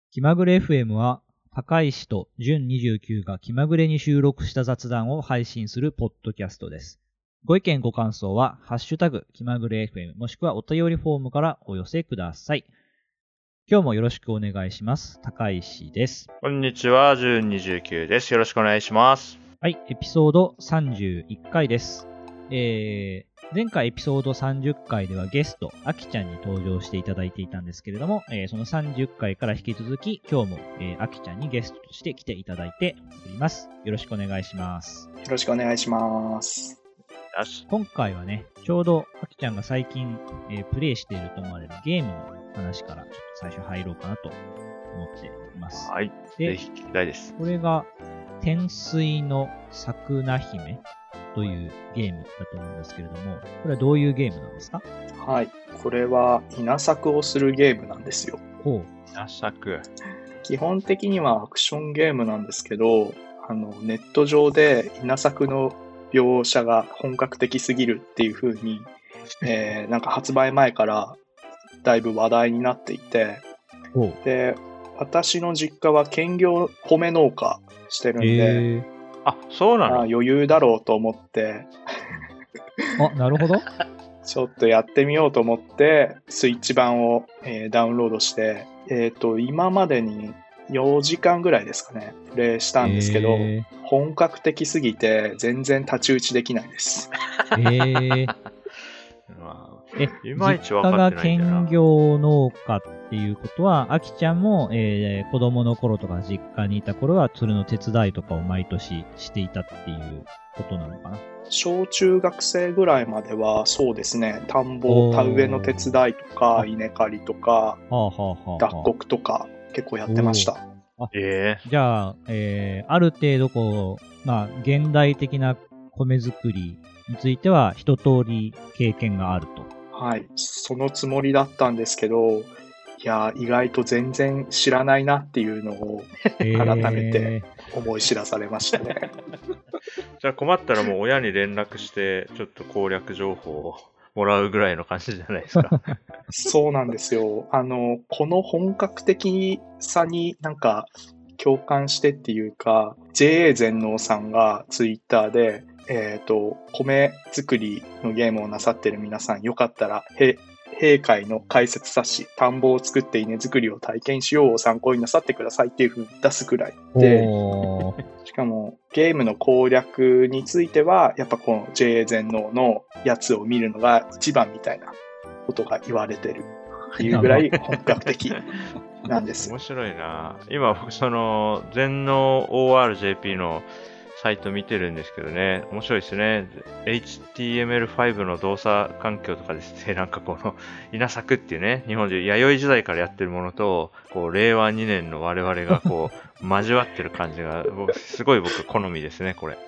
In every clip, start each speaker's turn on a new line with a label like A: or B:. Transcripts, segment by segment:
A: 気まぐれ FM は、高石と準29が気まぐれに収録した雑談を配信するポッドキャストです。ご意見ご感想は、ハッシュタグ気まぐれ FM もしくはお便りフォームからお寄せください。今日もよろしくお願いします。高石です。
B: こんにちは、準29です。よろしくお願いします。
A: はい、エピソード31回です。前回エピソード30回ではゲスト、あきちゃんに登場していただいていたんですけれども、その30回から引き続き、今日も、あきちゃんにゲストとして来ていただいております。よろしくお願いします。
C: よろしくお願いします。
A: 今回はね、ちょうどあきちゃんが最近、プレイしていると思われるゲームの話からちょっと最初入ろうかなと思っています。
B: はい。ぜひ聞きたいです。
A: これが、天水の桜姫というゲームだと思うんですけれども、これはどういうゲームなんですか？
C: はい。これは稲作をするゲームなんですよ。
A: ほう。
B: 稲作。
C: 基本的にはアクションゲームなんですけど、ネット上で稲作の描写が本格的すぎるっていう風に、なんか発売前からだいぶ話題になっていて、で、私の実家は兼業米農家してるんで、
B: あ、そうなの？
C: 余裕だろうと思って、
A: あ、なるほど。
C: ちょっとやってみようと思って、スイッチ版を、ダウンロードして、今までに4時間ぐらいですかね、プレイしたんですけど、本格的すぎて全然太刀打ちできないです。
B: いまいち分かってないんだよな。
A: 実家が兼業農家っていうことは、あきちゃんも、子供の頃とか実家にいた頃は、それの手伝いとかを毎年していたっていうことなのかな？
C: 小中学生ぐらいまでは、そうですね、田んぼ、田植えの手伝いとか、稲刈りとか、脱穀とか、結構やってました。
A: じゃあ、ある程度こう、まあ、現代的な米作りについては、一通り経験があると。
C: はい、そのつもりだったんですけど、いや、意外と全然知らないなっていうのを改めて思い知らされましたね。
B: じゃあ困ったらもう親に連絡して、ちょっと攻略情報をもらうぐらいの感じじゃないですか。
C: そうなんですよ。この本格的さになんか共感してっていうか、JA 全農さんがツイッターで、米作りのゲームをなさっている皆さん、よかったら、閉会の解説冊子、田んぼを作って稲作りを体験しようを参考になさってくださいっていう風に出すくらいで、しかもゲームの攻略については、やっぱこの JA 全農のやつを見るのが一番みたいなことが言われてるっていうぐらい本格的なんです。
B: 面白いな。今、その、全農 ORJP のサイト見てるんですけどね、面白いですね。HTML5 の動作環境とかですね、なんかこの稲作っていうね、日本で弥生時代からやってるものと、こう令和2年の我々がこう交わってる感じが、すごい僕好みですね、これ。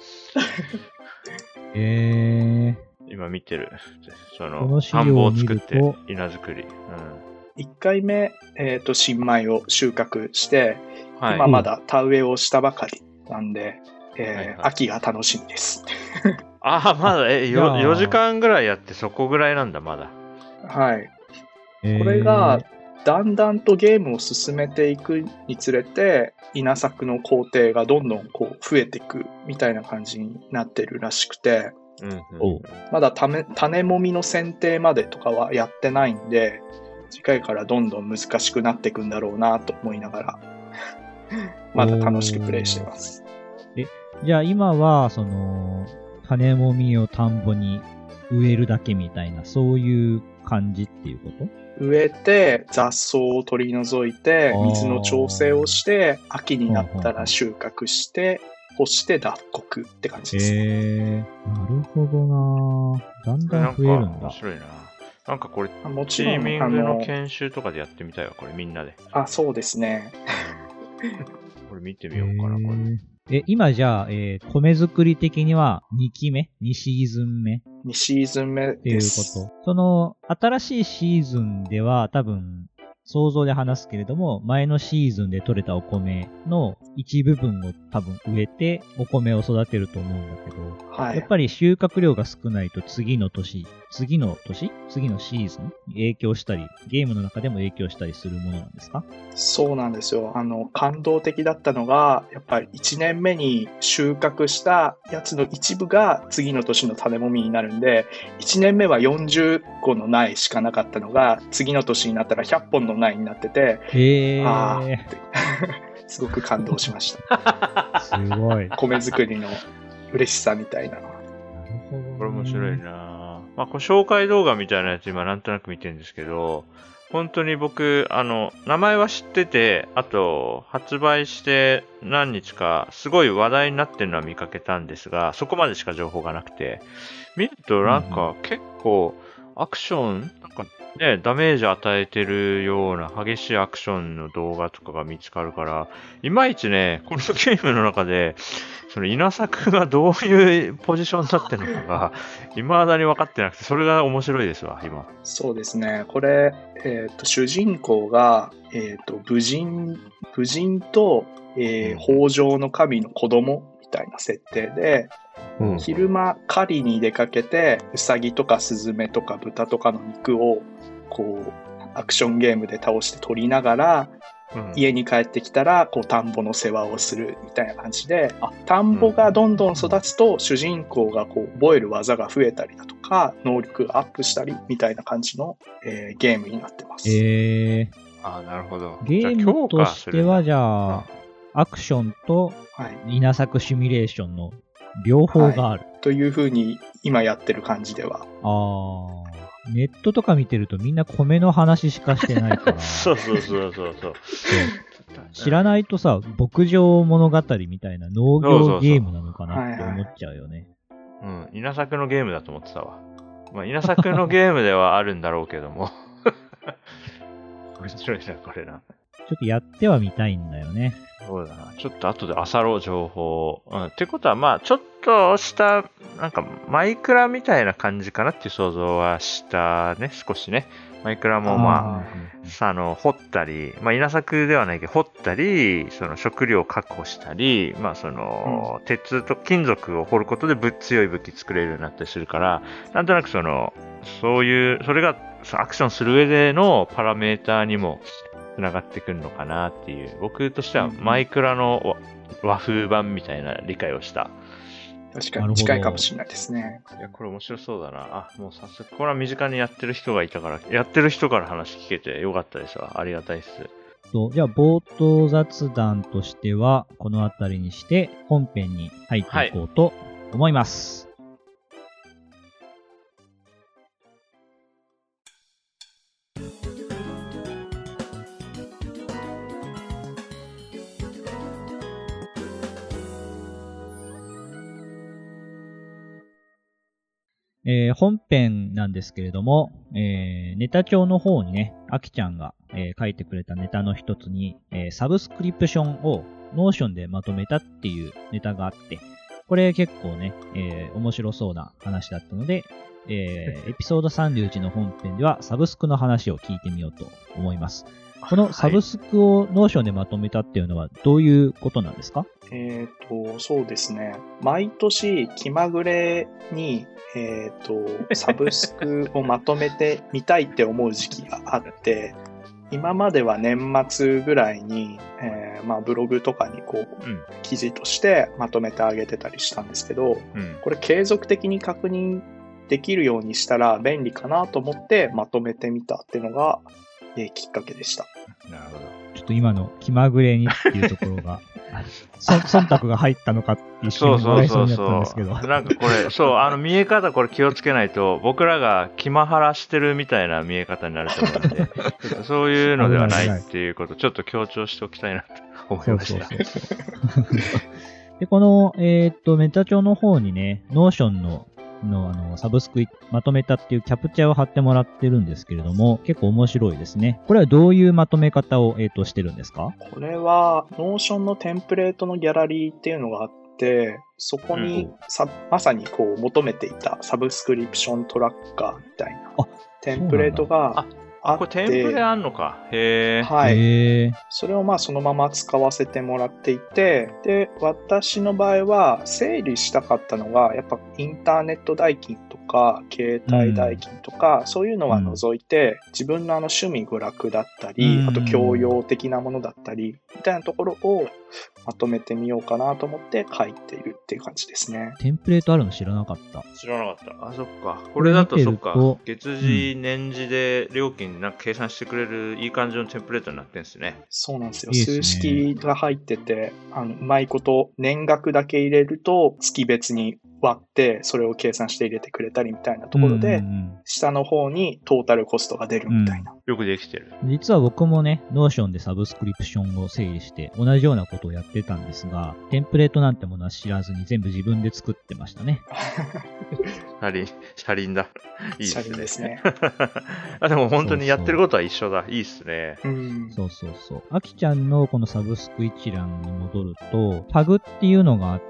B: 今見てる。その田んぼを作って稲作り。
C: 1回目、新米を収穫して、今まだ田植えをしたばかりなんで、秋が楽しみです。
B: ああ、まだ、4時間ぐらいやってそこぐらいなんだ、まだ。
C: はい。これが、だんだんとゲームを進めていくにつれて、稲作の工程がどんどんこう増えていくみたいな感じになってるらしくて、まだ種もみの剪定までとかはやってないんで、次回からどんどん難しくなっていくんだろうなと思いながら、まだ楽しくプレイしてます。
A: じゃあ今は、その、種もみを田んぼに植えるだけみたいな、そういう感じっていうこと？
C: 植えて、雑草を取り除いて、水の調整をして、秋になったら収穫して、干して脱穀って感じですね。
A: なるほどな。だんだん増えるんだ。
B: 面白いな。なんかこれ、チーミングの研修とかでやってみたいわ、これみんなで。
C: あ、そうですね。
B: これ見てみようかな、これ。
A: 今じゃあ、米作り的には2期目 ?2 シーズン目
C: ?2 シーズン目です。
A: っていうこと。その、新しいシーズンでは多分、想像で話すけれども、前のシーズンで採れたお米の一部分を多分植えてお米を育てると思うんだけど、
C: はい。
A: やっぱり収穫量が少ないと次のシーズンに影響したり、ゲームの中でも影響したりするものなんですか？
C: そうなんですよ。感動的だったのが、やっぱり1年目に収穫したやつの一部が次の年の種もみになるんで、1年目は40個の苗しかなかったのが、次の年になったら100本の苗になってて、あーってすごく感動しました。
A: すごい。
C: 米作りの嬉しさみたいな。
A: なるほどね。
B: これ面白いな。まあ、これ紹介動画みたいなやつ今なんとなく見てるんですけど、本当に僕、名前は知ってて、あと、発売して何日か、すごい話題になってるのは見かけたんですが、そこまでしか情報がなくて、見るとなんか結構、アクション、なんかね、ダメージ与えてるような激しいアクションの動画とかが見つかるから、いまいちね、このゲームの中で、その稲作がどういうポジションになってるのかが、未だに分かってなくて、それが面白いですわ、今。
C: そうですね。これ、主人公が、武人と、豊穣の神の子供みたいな設定で、昼間狩りに出かけて、ウサギとかスズメとか豚とかの肉を、こう、アクションゲームで倒して取りながら、家に帰ってきたら、こう、田んぼの世話をするみたいな感じで、田んぼがどんどん育つと、主人公がこう、覚える技が増えたりだとか、能力がアップしたり、みたいな感じの、ゲームになってます。
B: なるほど。
A: ゲームとしては、じゃあ、アクションと稲作シミュレーションの両方がある。
C: というふうに、今やってる感じでは。
A: ネットとか見てるとみんな米の話しかしてないから。
B: そう。
A: 知らないとさ、牧場物語みたいな農業ゲームなのかなって思っちゃうよね。
B: 稲作のゲームだと思ってたわ。まあ、稲作のゲームではあるんだろうけども。面白いな、これな。
A: ちょっとやってはみたいんだよね。
B: そうだな。ちょっと後で漁ろう、情報。ってことは、まあ、ちょっとした、なんか、マイクラみたいな感じかなっていう想像はしたね、少しね。マイクラもまあ、掘ったり、まあ、稲作ではないけど、掘ったり、その食料を確保したり、まあ、鉄と金属を掘ることで強い武器作れるようになったりするから、なんとなくそれがアクションする上でのパラメーターにもつながってくるのかなっていう、僕としてはマイクラの和風版みたいな理解をした。
C: 確かに近いかもしれないですね。
B: いや、これ面白そうだな。もう早速、これは身近にやってる人がいたから、やってる人から話聞けてよかったですわ。ありがたいです。
A: じゃあ、冒頭雑談としては、この辺りにして本編に入っていこうと思います。本編なんですけれども、ネタ帳の方にね、あきちゃんが、書いてくれたネタの一つに、サブスクリプションをノーションでまとめたっていうネタがあって、これ結構ね、面白そうな話だったので、エピソード31の本編ではサブスクの話を聞いてみようと思います。このサブスクをノーションでまとめたっていうのはどういうことなんですか？
C: そうですね。毎年気まぐれに、サブスクをまとめてみたいって思う時期があって、今までは年末ぐらいに、ブログとかにこう、記事としてまとめてあげてたりしたんですけど、これ継続的に確認できるようにしたら便利かなと思ってまとめてみたっていうのが、きっかけでした。
B: なるほど。
A: ちょっと今の気まぐれにっていうところが忖度が入ったのかって一瞬笑いそうになったんですけど。
B: なんかこれ、見え方これ気をつけないと、僕らが気まはらしてるみたいな見え方になると思うので、ちょっとそういうのではないっていうことをちょっと強調しておきたいなと思いました。
A: で、この、メタ帳の方にね、ノーションのサブスクまとめたっていうキャプチャーを貼ってもらってるんですけれども、結構面白いですね。これはどういうまとめ方を、してるんですか？
C: これは、ノーションのテンプレートのギャラリーっていうのがあって、そこにまさにこう求めていたサブスクリプショントラッカーみたいなテンプレートがあ
B: これテンプ
C: って
B: レ、あんのか。へえ。
C: はい。
A: へえ。
C: それをまあそのまま使わせてもらっていて、で、私の場合は整理したかったのが、やっぱインターネット代金とか、携帯代金とか、そういうのは除いて、自分の趣味娯楽だったり、あと教養的なものだったり、みたいなところをまとめてみようかなと思って書いているっていう感じですね。
A: テンプレートあるの知らなかった。
B: 知らなかった。あ、そっか。これだと
A: これ
B: そっか
A: 見てると。
B: 月次、年次で料金なんか計算してくれるいい感じのテンプレートになってんですね。
C: そうなんですよ。
A: いいですね
C: 数式が入ってて、うまいこと年額だけ入れると月別に割ってそれを計算して入れてくれたりみたいなところで、
A: うんうんうん
C: 下の方にトータルコストが出るみたいな。
B: よくできてる。
A: 実は僕もね、ノーションでサブスクリプションを整理して同じようなことをやってたんですが、テンプレートなんてものは知らずに全部自分で作ってましたね。
B: 車輪だ。いいです
C: 車輪
B: ね。
C: ですね。
B: あ、でも本当にやってることは一緒だ。いいっすね。
C: うん。
A: そうそうそう。アキちゃんのこのサブスク一覧に戻ると、タグっていうのがあって、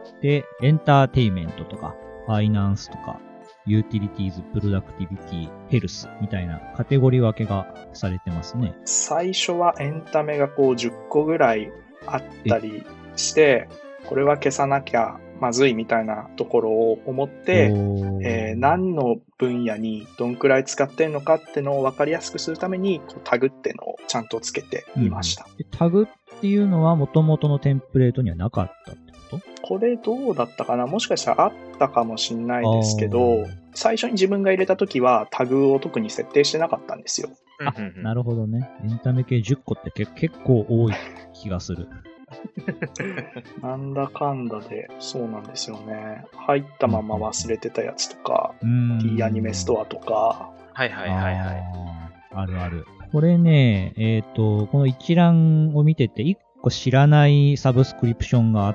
A: エンターテイメントとか、ファイナンスとか、ユーティリティーズ、プロダクティビティ、ヘルスみたいなカテゴリー分けがされてますね。
C: 最初はエンタメがこう10個ぐらいあったりして、これは消さなきゃまずいみたいなところを思って、何の分野にどんくらい使ってるのかってのを分かりやすくするためにこうタグってのをちゃんとつけてみました。
A: でタグっていうのは元々のテンプレートにはなかったってこと？
C: これどうだったかな、もしかしたらあったかもしれないですけど、最初に自分が入れた時はタグを特に設定してなかったんですよ。
A: あ、なるほどね。エンタメ系10個って結構多い気がする。
C: なんだかんだで、そうなんですよね。入ったまま忘れてたやつとか、D アニメストアとか。
B: はいはいはいはい。
A: あるある。これね、この一覧を見てて、1個知らないサブスクリプションがあって、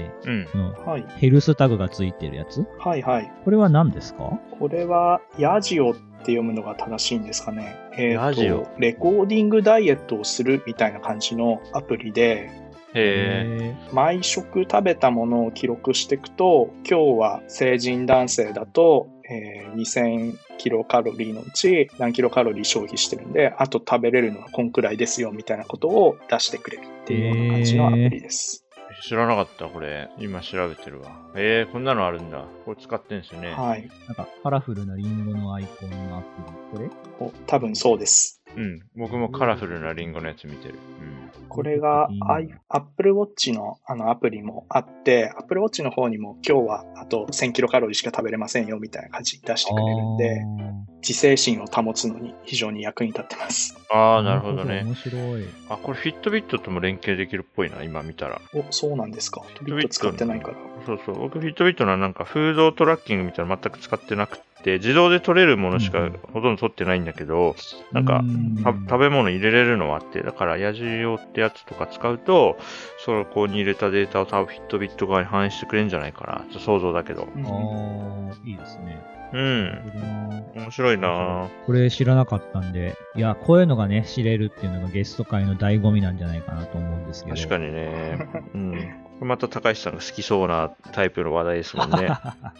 A: このヘルスタグがついてるやつ。
C: はいはい。
A: これは何ですか？
C: これは、ヤジオって読むのが正しいんですかね。
B: ヤジオ。
C: レコーディングダイエットをするみたいな感じのアプリで、毎食食べたものを記録していくと、今日は成人男性だと、2000キロカロリーのうち何キロカロリー消費してるんで、あと食べれるのはこんくらいですよみたいなことを出してくれるっていうような感じのアプリです。
B: 知らなかった、これ。今調べてるわ。こんなのあるんだ。これ使ってんですよね。
C: はい。
A: なんかカラフルなリンゴのアイコンのアプリ。これ？
C: 多分そうです。
B: うん。僕もカラフルなリンゴのやつ見てる。
C: これが Apple Watch のアプリもあって、Apple Watch の方にも今日はあと1000キロカロリーしか食べれませんよみたいな感じに出してくれるんで、自制心を保つのに非常に役に立ってます。
B: ああ、なるほどね。
A: 面白い。
B: あ、これフィットビットとも連携できるっぽいな、今見たら。
C: そうなんですか。フィットビット使ってないから。
B: そうそう。僕フィットビットのなんかフードトラッキングみたいなの全く使ってなくて、自動で取れるものしかほとんど取ってないんだけど、なんか食べ物入れれるのはあって、だからヤジ用ってやつとか使うと、そこに入れたデータを多分フィットビット側に反映してくれるんじゃないかな。ちょっと想像だけど。
A: いいですね。
B: 面白いな。
A: これ知らなかったんで、いや、こういうのがね、知れるっていうのがゲスト会の醍醐味なんじゃないかなと思うんですけど。
B: 確かにね。これまた高橋さんが好きそうなタイプの話題ですもんね。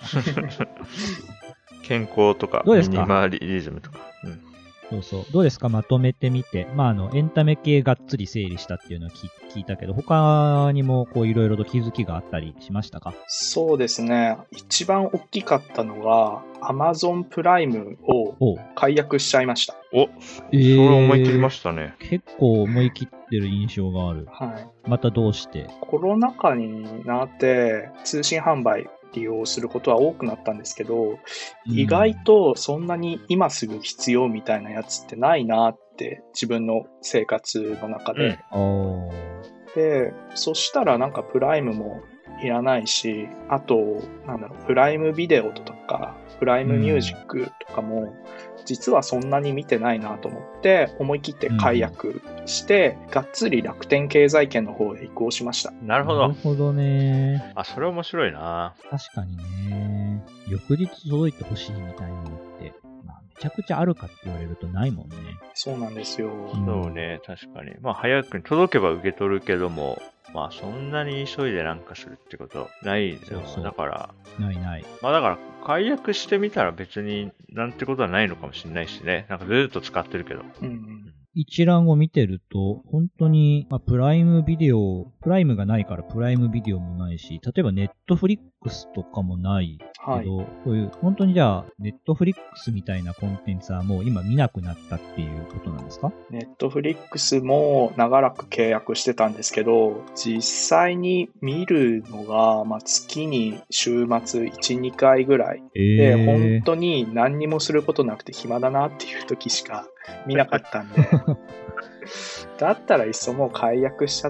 B: 健康とか、ミニマリズムとか。
A: そうそう。どうですかまとめてみて。エンタメ系がっつり整理したっていうのは聞いたけど、他にもこういろいろと気づきがあったりしましたか？
C: そうですね。一番大きかったのが、Amazon プライムを解約しちゃいました。
B: それ思い切りましたね。
A: 結構思い切ってる印象がある。
C: はい。
A: またどうして？
C: コロナ禍になって通信販売利用することは多くなったんですけど、意外とそんなに今すぐ必要みたいなやつってないなって自分の生活の中で。で、そしたらなんかプライムもいらないし、あと、プライムビデオとか、プライムミュージックとかも、実はそんなに見てないなと思って、思い切って解約して、がっつり楽天経済圏の方へ移行しました。
B: なるほど。
A: なるほどね。
B: あ、それ面白いな。
A: 確かにね。翌日届いてほしいみたいなのって、めちゃくちゃあるかって言われるとないもんね。
C: そうなんですよ。
B: そうね、確かに。早くに届けば受け取るけども、 まあそんなに急いでなんかするってことないですよ。
A: そうそう
B: だから、
A: ないない。
B: まあだから、解約してみたら別になんてことはないのかもしれないしね。なんかずっと使ってるけど。
A: 一覧を見てると、本当に、プライムがないからプライムビデオもないし、例えばネットフリックスとかもないけど、そういう、本当にじゃあ、ネットフリックスみたいなコンテンツはもう今見なくなったっていうことなんですか？
C: ネットフリックスも長らく契約してたんですけど、実際に見るのが、月に週末1、2回ぐらいで、本当に何にもすることなくて暇だなっていう時しか見なかったんで、だったらいっそもう解約しちゃって、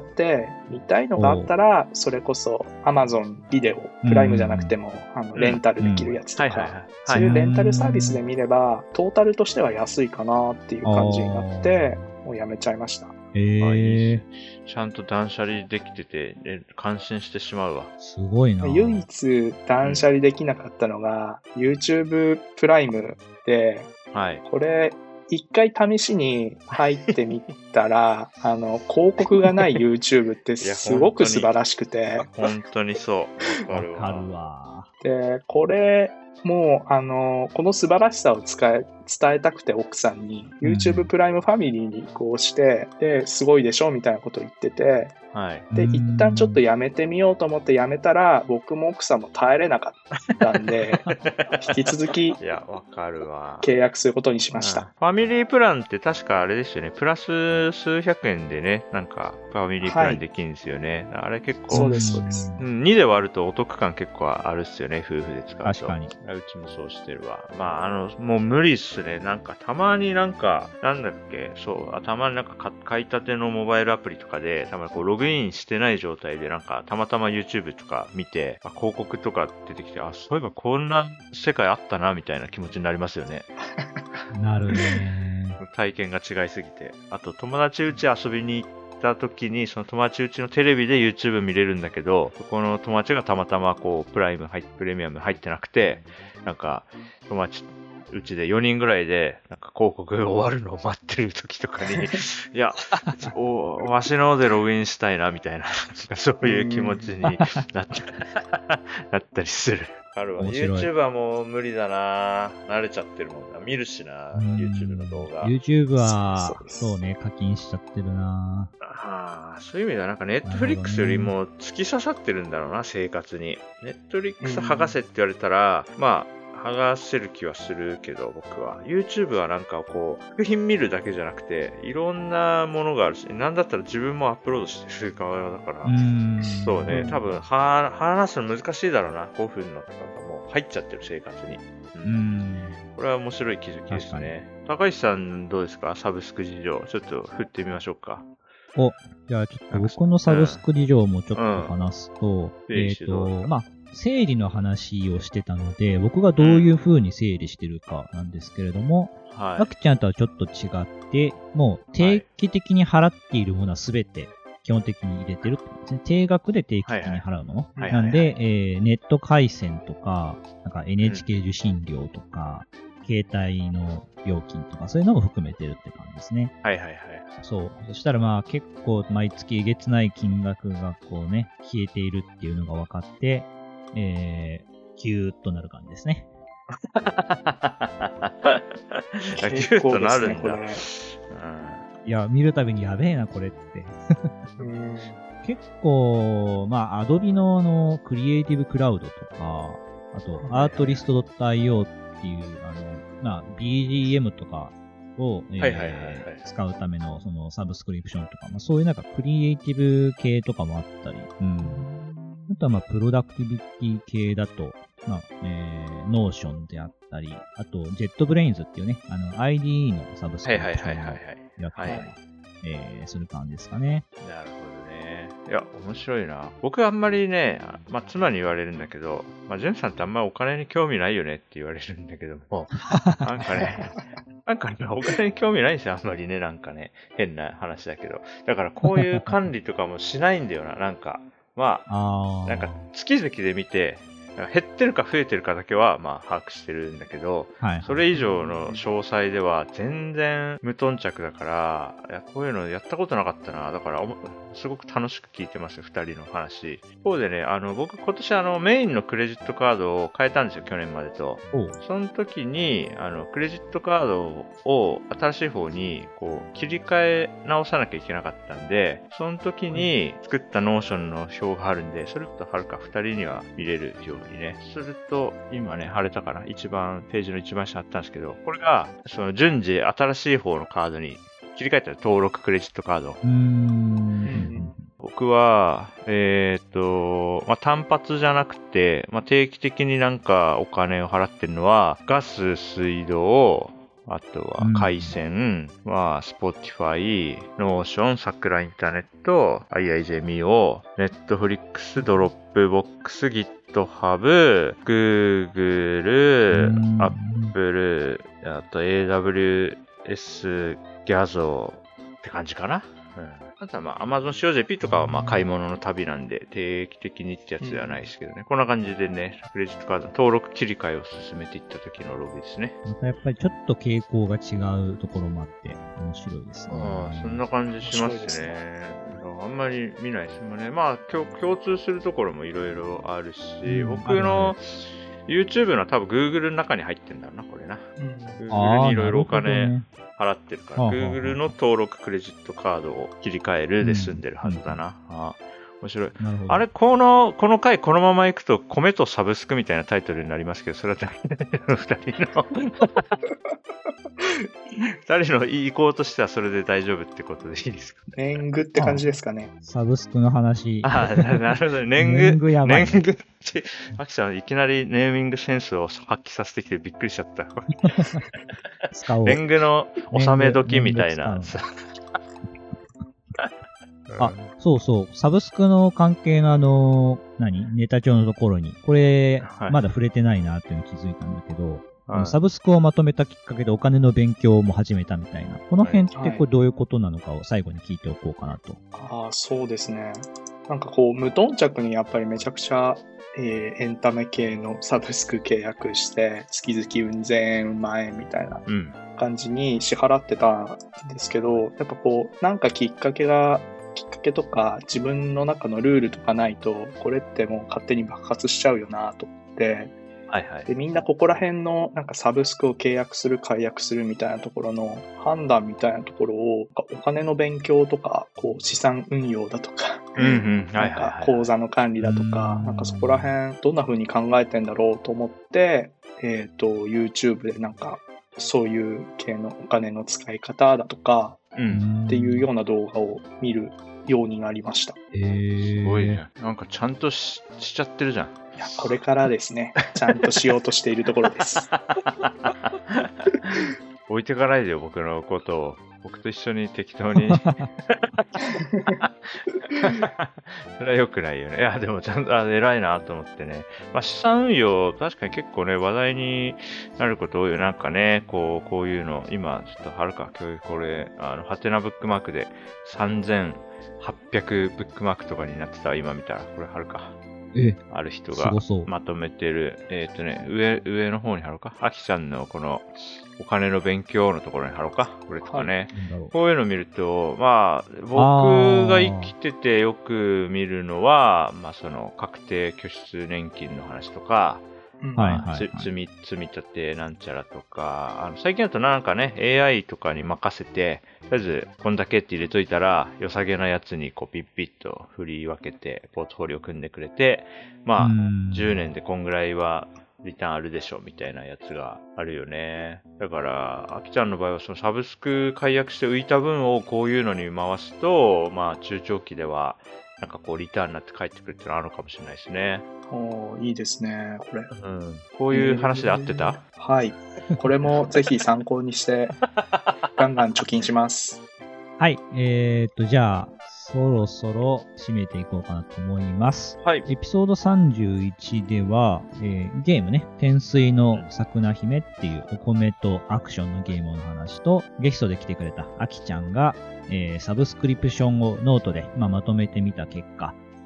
C: 見たいのがあったら、それこそ Amazon ビデオ、プライムじゃなくても、レンタルできるやつとか、そういうレンタルサービスで見れば、トータルとしては安いかなっていう感じになって、もうやめちゃいました。
B: ちゃんと断捨離できてて、感心してしまうわ。
A: すごいな。
C: 唯一断捨離できなかったのが、YouTube プライムで、これ、一回試しに入ってみたら、広告がない YouTube ってすごく素晴らしくて。
B: 本当にそう。わ
A: かるわ。
C: で、これ、もう、この素晴らしさを伝えたくて奥さんに、YouTube プライムファミリーに移行して、で、すごいでしょみたいなことを言ってて、で、一旦ちょっとやめてみようと思ってやめたら、僕も奥さんも耐えれなかったんで、引き続き、
B: わかるわ。
C: 契約することにしました。
B: ファミリープランって確かあれですよね、プラス数百円でね、なんか、ファミリープランできるんですよね。あれ結構、
C: そうです、そうです。
B: 2で割るとお得感結構あるっすよね、夫婦で使うと。
A: 確かに。
B: うちもそうしてるわ。もう無理っすね。なんか、たまになんか、なんだっけ、たまになんか買いたてのモバイルアプリとかで、たまにこう、ログインしてない状態でなんか、たまたま YouTube とか見て、広告とか出てきて、そういえばこんな世界あったな、みたいな気持ちになりますよね。
A: なるね。
B: 体験が違いすぎて。あと、友達家遊びに行った時に、その友達家のテレビで YouTube 見れるんだけど、そこの友達がたまたまこう、プレミアム入ってなくて、なんか、友達うちで4人ぐらいで、なんか広告が終わるのを待ってる時とかに、いや、わしのでログインしたいな、みたいな、そういう気持ちになったりする。YouTube はもう無理だな。慣れちゃってるもんな。見るしな、YouTube の動画。
A: YouTube は、そうね、課金しちゃってるな。
B: そういう意味ではなんか Netflix よりも突き刺さってるんだろうな、生活に。Netflix 剥がせって言われたら、剥がせる気はするけど、僕は。YouTube はなんかこう、作品見るだけじゃなくて、いろんなものがあるし、なんだったら自分もアップロードしてる側だから、そうね、多分、話すの難しいだろうな、5分のとかがもう入っちゃってる生活に。これは面白い気づきですね。高橋さんどうですか？サブスク事情。ちょっと振ってみましょうか。
A: じゃあちょっと僕のサブスク事情もちょっと話すと、整理の話をしてたので、僕がどういう風に整理してるかなんですけれども、アクちゃんとはちょっと違って、もう定期的に払っているものはすべて基本的に入れてるってことですね。定額で定期的に払うもの。なんで、ネット回線とか、なんか NHK 受信料とか、携帯の料金とか、そういうのも含めてるって感じですね。そう。そしたら結構毎月えげつない金額がこうね、消えているっていうのが分かって、キューッとなる感じですね。
B: キューッとなるんだ。
A: いや、見るたびにやべえな、これって。結構、Adobe のクリエイティブクラウドとか、あと、artlist.io っていう、BGM とかを、使うためのそのサブスクリプションとか、そういうなんかクリエイティブ系とかもあったり、あとはプロダクティビティ系だと、ノーションであったり、あと、JetBrains っていうね、IDE のサブスクリプションをやったり、する感じですかね。
B: なるほどね。いや、面白いな。僕あんまりね、妻に言われるんだけど、ジュンさんってあんまりお金に興味ないよねって言われるんだけども、なんかね、お金に興味ないんですよ、あんまりね、なんかね、変な話だけど。だからこういう管理とかもしないんだよな、なんか。なんか月々で見て、 減ってるか増えてるかだけは、まあ、把握してるんだけど、
A: はい。
B: それ以上の詳細では全然無頓着だから、いや、こういうのやったことなかったな。だから、すごく楽しく聞いてますよ、二人の話。一方でね、僕今年メインのクレジットカードを変えたんですよ、去年までと。その時に、クレジットカードを新しい方に、こう、切り替え直さなきゃいけなかったんで、その時に作ったノーションの表があるんで、それとはるか二人には見れるようにね。すると、今ね、貼れたかな、ページの一番下あったんですけど、これが、順次新しい方のカードに切り替えたら登録クレジットカード。僕は、まあ、単発じゃなくて、まあ、定期的になんかお金を払ってるのは、ガス、水道、あとは回線、まあ、Spotify、Notion、桜インターネット、IIJMIO、Netflix、ドロップボックス、GitHub、Google、Apple、あと AWS、Gazo って感じかな。あとはまあ Amazon COJP とかはまあ買い物の旅なんで定期的にってやつではないですけどね。こんな感じでね、クレジットカードの登録切り替えを進めていった時のログですね。
A: またやっぱりちょっと傾向が違うところもあって面白いですね。
B: そんな感じしますね。あんまり見ないですもんね。まあ共通するところもいろいろあるし、僕のYouTube の多分 Google の中に入ってんだろうな、これな。Google にいろいろお金払ってるから、Google の登録クレジットカードを切り替えるで済んでるはずだな。面白い。あれ、この回このまま行くと、米とサブスクみたいなタイトルになりますけど、それは二人の意向としてはそれで大丈夫ってことでいいですか
C: ね。年貢って感じですかね。
A: サブスクの話。
B: なるほど。年貢
A: やばい。
B: 年貢って、アキさんいきなりネーミングセンスを発揮させてきてびっくりしちゃった。年貢の納め時みたいな。
A: そうそう。サブスクの関係のネタ帳のところに、これ、まだ触れてないなっていうのに気づいたんだけど、サブスクをまとめたきっかけでお金の勉強も始めたみたいな。この辺ってこれどういうことなのかを最後に聞いておこうかなと。
C: そうですね。なんかこう、無頓着にやっぱりめちゃくちゃ、エンタメ系のサブスク契約して、月々うん千万円みたいな感じに支払ってたんですけど、やっぱこう、なんかきっかけとか自分の中のルールとかないと、これってもう勝手に爆発しちゃうよなと思って、でみんなここら辺のなんかサブスクを契約する解約するみたいなところの判断みたいなところをお金の勉強とかこう資産運用だとかなんか口座の管理だとかなんかそこら辺どんな風に考えてんだろうと思ってYouTube でなんかそういう系のお金の使い方だとかっていうような動画を見るようになりました。
B: すごいね。なんかちゃんと しちゃってるじゃん。
C: いや、これからですね。ちゃんとしようとしているところです。
B: 置いてかないでよ、僕のことを。僕と一緒に適当に。それは良くないよね。いや、でもちゃんと偉いなと思ってね。まあ、資産運用、確かに結構ね、話題になること多いよ。なんかね、こういうの、今、ちょっとはるか、これ、ハテナブックマークで3800ブックマークとかになってた、今見たら。これはるか。ある人がまとめてる。上の方に貼ろうか。アキちゃんのこのお金の勉強のところに貼ろうか。これとかね。こういうのを見ると、まあ、僕が生きててよく見るのは、まあ、その確定拠出年金の話とか、積み立てなんちゃらとか、最近だとなんかね、AI とかに任せて、とりあえずこんだけって入れといたら、良さげなやつにこうピッピッと振り分けて、ポートフォリオ組んでくれて、まあ、10年でこんぐらいはリターンあるでしょみたいなやつがあるよね。だから、あきちゃんの場合はそのサブスク解約して浮いた分をこういうのに回すと、まあ中長期ではなんかこうリターンになって帰ってくるっていうのはあるのかもしれないですね。
C: いいですね、これ。
B: こういう話で合ってた？
C: はい。これもぜひ参考にして、ガンガン貯金します。
A: はい。じゃあ、そろそろ締めていこうかなと思います。
B: はい。
A: エピソード31では、ゲームね、天水の桜姫っていうお米とアクションのゲームの話と、ゲストで来てくれたあきちゃんが、サブスクリプションをノートで、まとめてみた結果、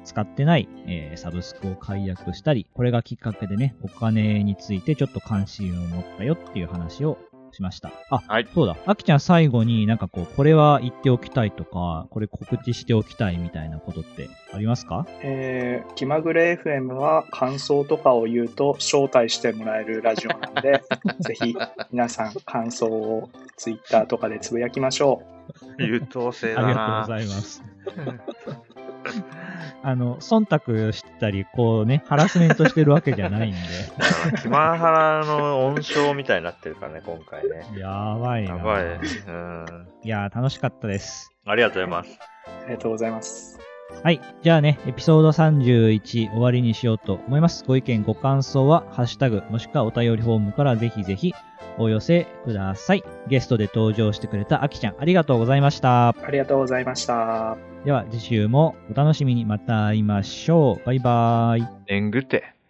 A: 使ってない、サブスクを解約したり、これがきっかけでね、お金についてちょっと関心を持ったよっていう話をしました。
B: はい。
A: そうだ。あきちゃん最後になんかこれは言っておきたいとか、これ告知しておきたいみたいなことってありますか？
C: 気まぐれ FM は感想とかを言うと招待してもらえるラジオなんで、ぜひ皆さん感想をツイッターとかでつぶやきましょ
B: う。優等生だな。
A: ありがとうございます。忖度したり、ハラスメントしてるわけじゃないんで。
B: キマハラの温床みたいになってるからね、今回ね。
A: やばいな。
B: やばい。
A: いやー、楽しかったです。
B: ありがとうございます。
C: ありがとうございます。
A: はい。じゃあね、エピソード31終わりにしようと思います。ご意見、ご感想は、ハッシュタグ、もしくはお便りフォームからぜひぜひお寄せください。ゲストで登場してくれたあきちゃん、ありがとうございました。
C: ありがとうございました。
A: では、次週もお楽しみに。また会いましょう。バイバーイ。
B: エングテ。